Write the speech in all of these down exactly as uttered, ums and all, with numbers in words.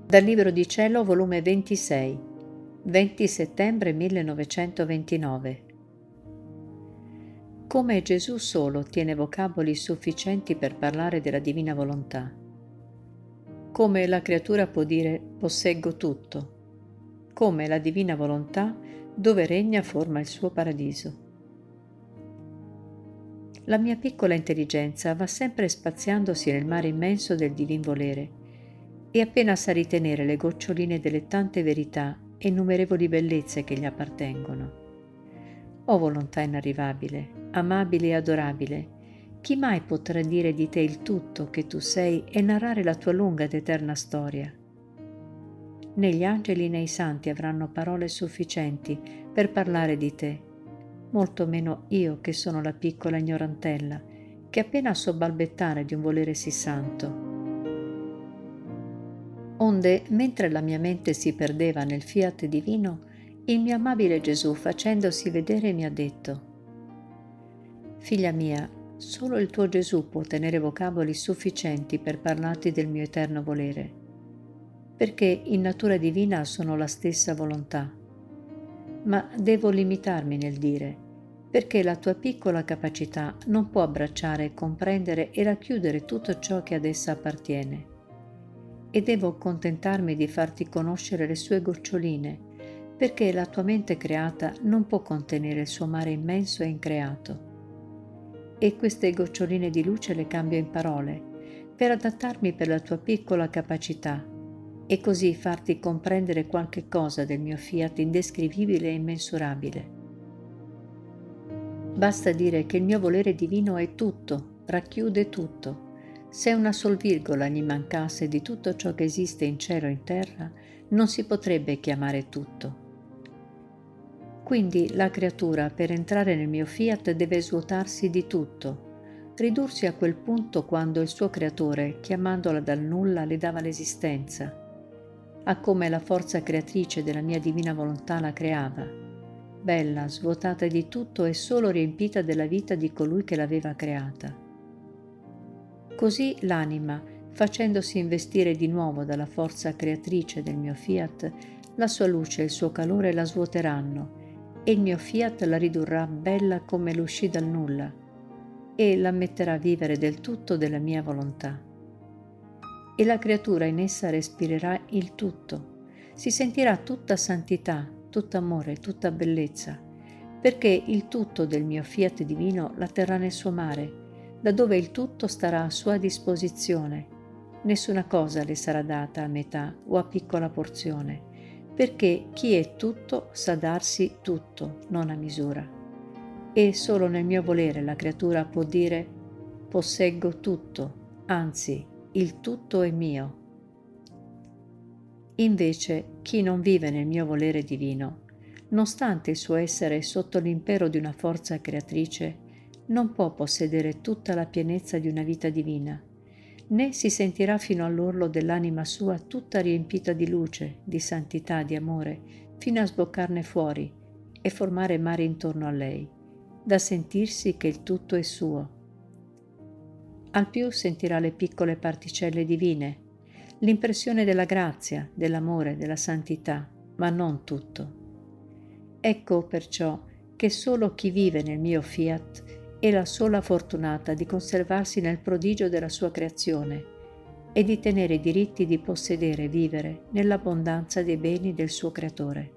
Dal Libro di Cielo, volume ventisei, venti settembre millenovecentoventinove. Come Gesù solo tiene vocaboli sufficienti per parlare della divina volontà. Come la creatura può dire posseggo tutto. Come la divina volontà, dove regna, forma il suo paradiso. La mia piccola intelligenza va sempre spaziandosi nel mare immenso del divin volere e appena sa ritenere le goccioline delle tante verità e innumerevoli bellezze che gli appartengono. O volontà inarrivabile, amabile e adorabile, chi mai potrà dire di te il tutto che tu sei e narrare la tua lunga ed eterna storia? Né gli angeli né i santi avranno parole sufficienti per parlare di te, molto meno io che sono la piccola ignorantella, che appena so balbettare di un volere sì santo. Onde, mentre la mia mente si perdeva nel fiat divino, il mio amabile Gesù, facendosi vedere, mi ha detto: Figlia mia, solo il tuo Gesù può tenere vocaboli sufficienti per parlarti del mio eterno volere, perché in natura divina sono la stessa volontà. Ma devo limitarmi nel dire, perché la tua piccola capacità non può abbracciare, comprendere e racchiudere tutto ciò che ad essa appartiene. E devo contentarmi di farti conoscere le sue goccioline, perché la tua mente creata non può contenere il suo mare immenso e increato. E queste goccioline di luce le cambio in parole, per adattarmi per la tua piccola capacità, e così farti comprendere qualche cosa del mio fiat indescrivibile e immensurabile. Basta dire che il mio volere divino è tutto, racchiude tutto. Se una sol virgola gli mancasse di tutto ciò che esiste in cielo e in terra, non si potrebbe chiamare tutto. Quindi la creatura, per entrare nel mio fiat, deve svuotarsi di tutto, ridursi a quel punto quando il suo creatore, chiamandola dal nulla, le dava l'esistenza, a come la forza creatrice della mia divina volontà la creava, bella, svuotata di tutto e solo riempita della vita di colui che l'aveva creata. Così l'anima, facendosi investire di nuovo dalla forza creatrice del mio fiat, la sua luce e il suo calore la svuoteranno, e il mio fiat la ridurrà bella come l'uscì dal nulla, e la metterà a vivere del tutto della mia volontà. E la creatura in essa respirerà il tutto, si sentirà tutta santità, tutto amore, tutta bellezza, perché il tutto del mio fiat divino la terrà nel suo mare, da dove il tutto starà a sua disposizione. Nessuna cosa le sarà data a metà o a piccola porzione, perché chi è tutto sa darsi tutto, non a misura. E solo nel mio volere la creatura può dire posseggo tutto, anzi, il tutto è mio. Invece, chi non vive nel mio volere divino, nonostante il suo essere sotto l'impero di una forza creatrice, non può possedere tutta la pienezza di una vita divina, né si sentirà fino all'orlo dell'anima sua tutta riempita di luce, di santità, di amore, fino a sboccarne fuori e formare mare intorno a lei, da sentirsi che il tutto è suo. Al più sentirà le piccole particelle divine, l'impressione della grazia, dell'amore, della santità, ma non tutto. Ecco perciò che solo chi vive nel mio fiat è la sola fortunata di conservarsi nel prodigio della sua creazione e di tenere i diritti di possedere e vivere nell'abbondanza dei beni del suo creatore.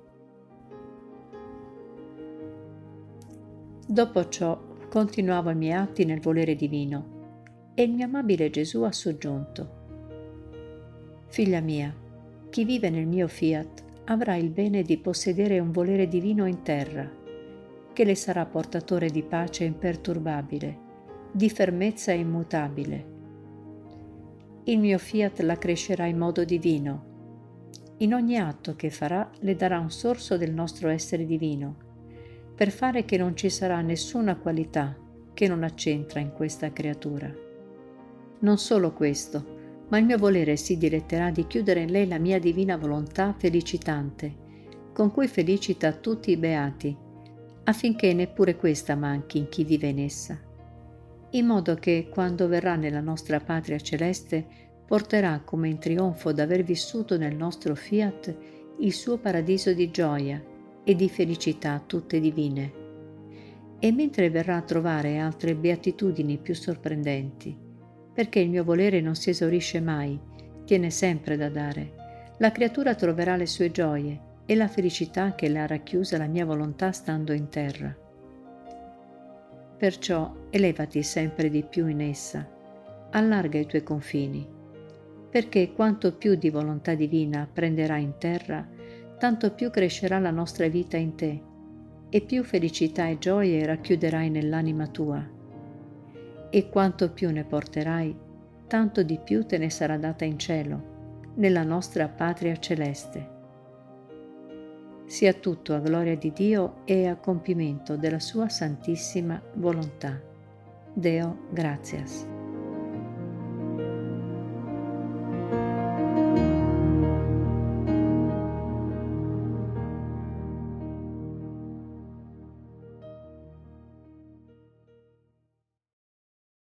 Dopo ciò continuavo i miei atti nel volere divino e il mio amabile Gesù ha soggiunto: Figlia mia, chi vive nel mio fiat avrà il bene di possedere un volere divino in terra, che le sarà portatore di pace imperturbabile, di fermezza immutabile. Il mio fiat la crescerà in modo divino. In ogni atto che farà le darà un sorso del nostro essere divino, per fare che non ci sarà nessuna qualità che non accentra in questa creatura. Non solo questo, ma il mio volere si diletterà di chiudere in lei la mia divina volontà felicitante, con cui felicita tutti i beati, affinché neppure questa manchi in chi vive in essa, in modo che, quando verrà nella nostra patria celeste, porterà come in trionfo d'aver vissuto nel nostro fiat il suo paradiso di gioia e di felicità tutte divine. E mentre verrà a trovare altre beatitudini più sorprendenti, perché il mio volere non si esaurisce mai, tiene sempre da dare, la creatura troverà le sue gioie e la felicità che le ha racchiusa la mia volontà stando in terra. Perciò elevati sempre di più in essa, allarga i tuoi confini, perché quanto più di volontà divina prenderai in terra, tanto più crescerà la nostra vita in te, e più felicità e gioie racchiuderai nell'anima tua. E quanto più ne porterai, tanto di più te ne sarà data in cielo, nella nostra patria celeste. Sia tutto a gloria di Dio e a compimento della sua santissima volontà. Deo gratias.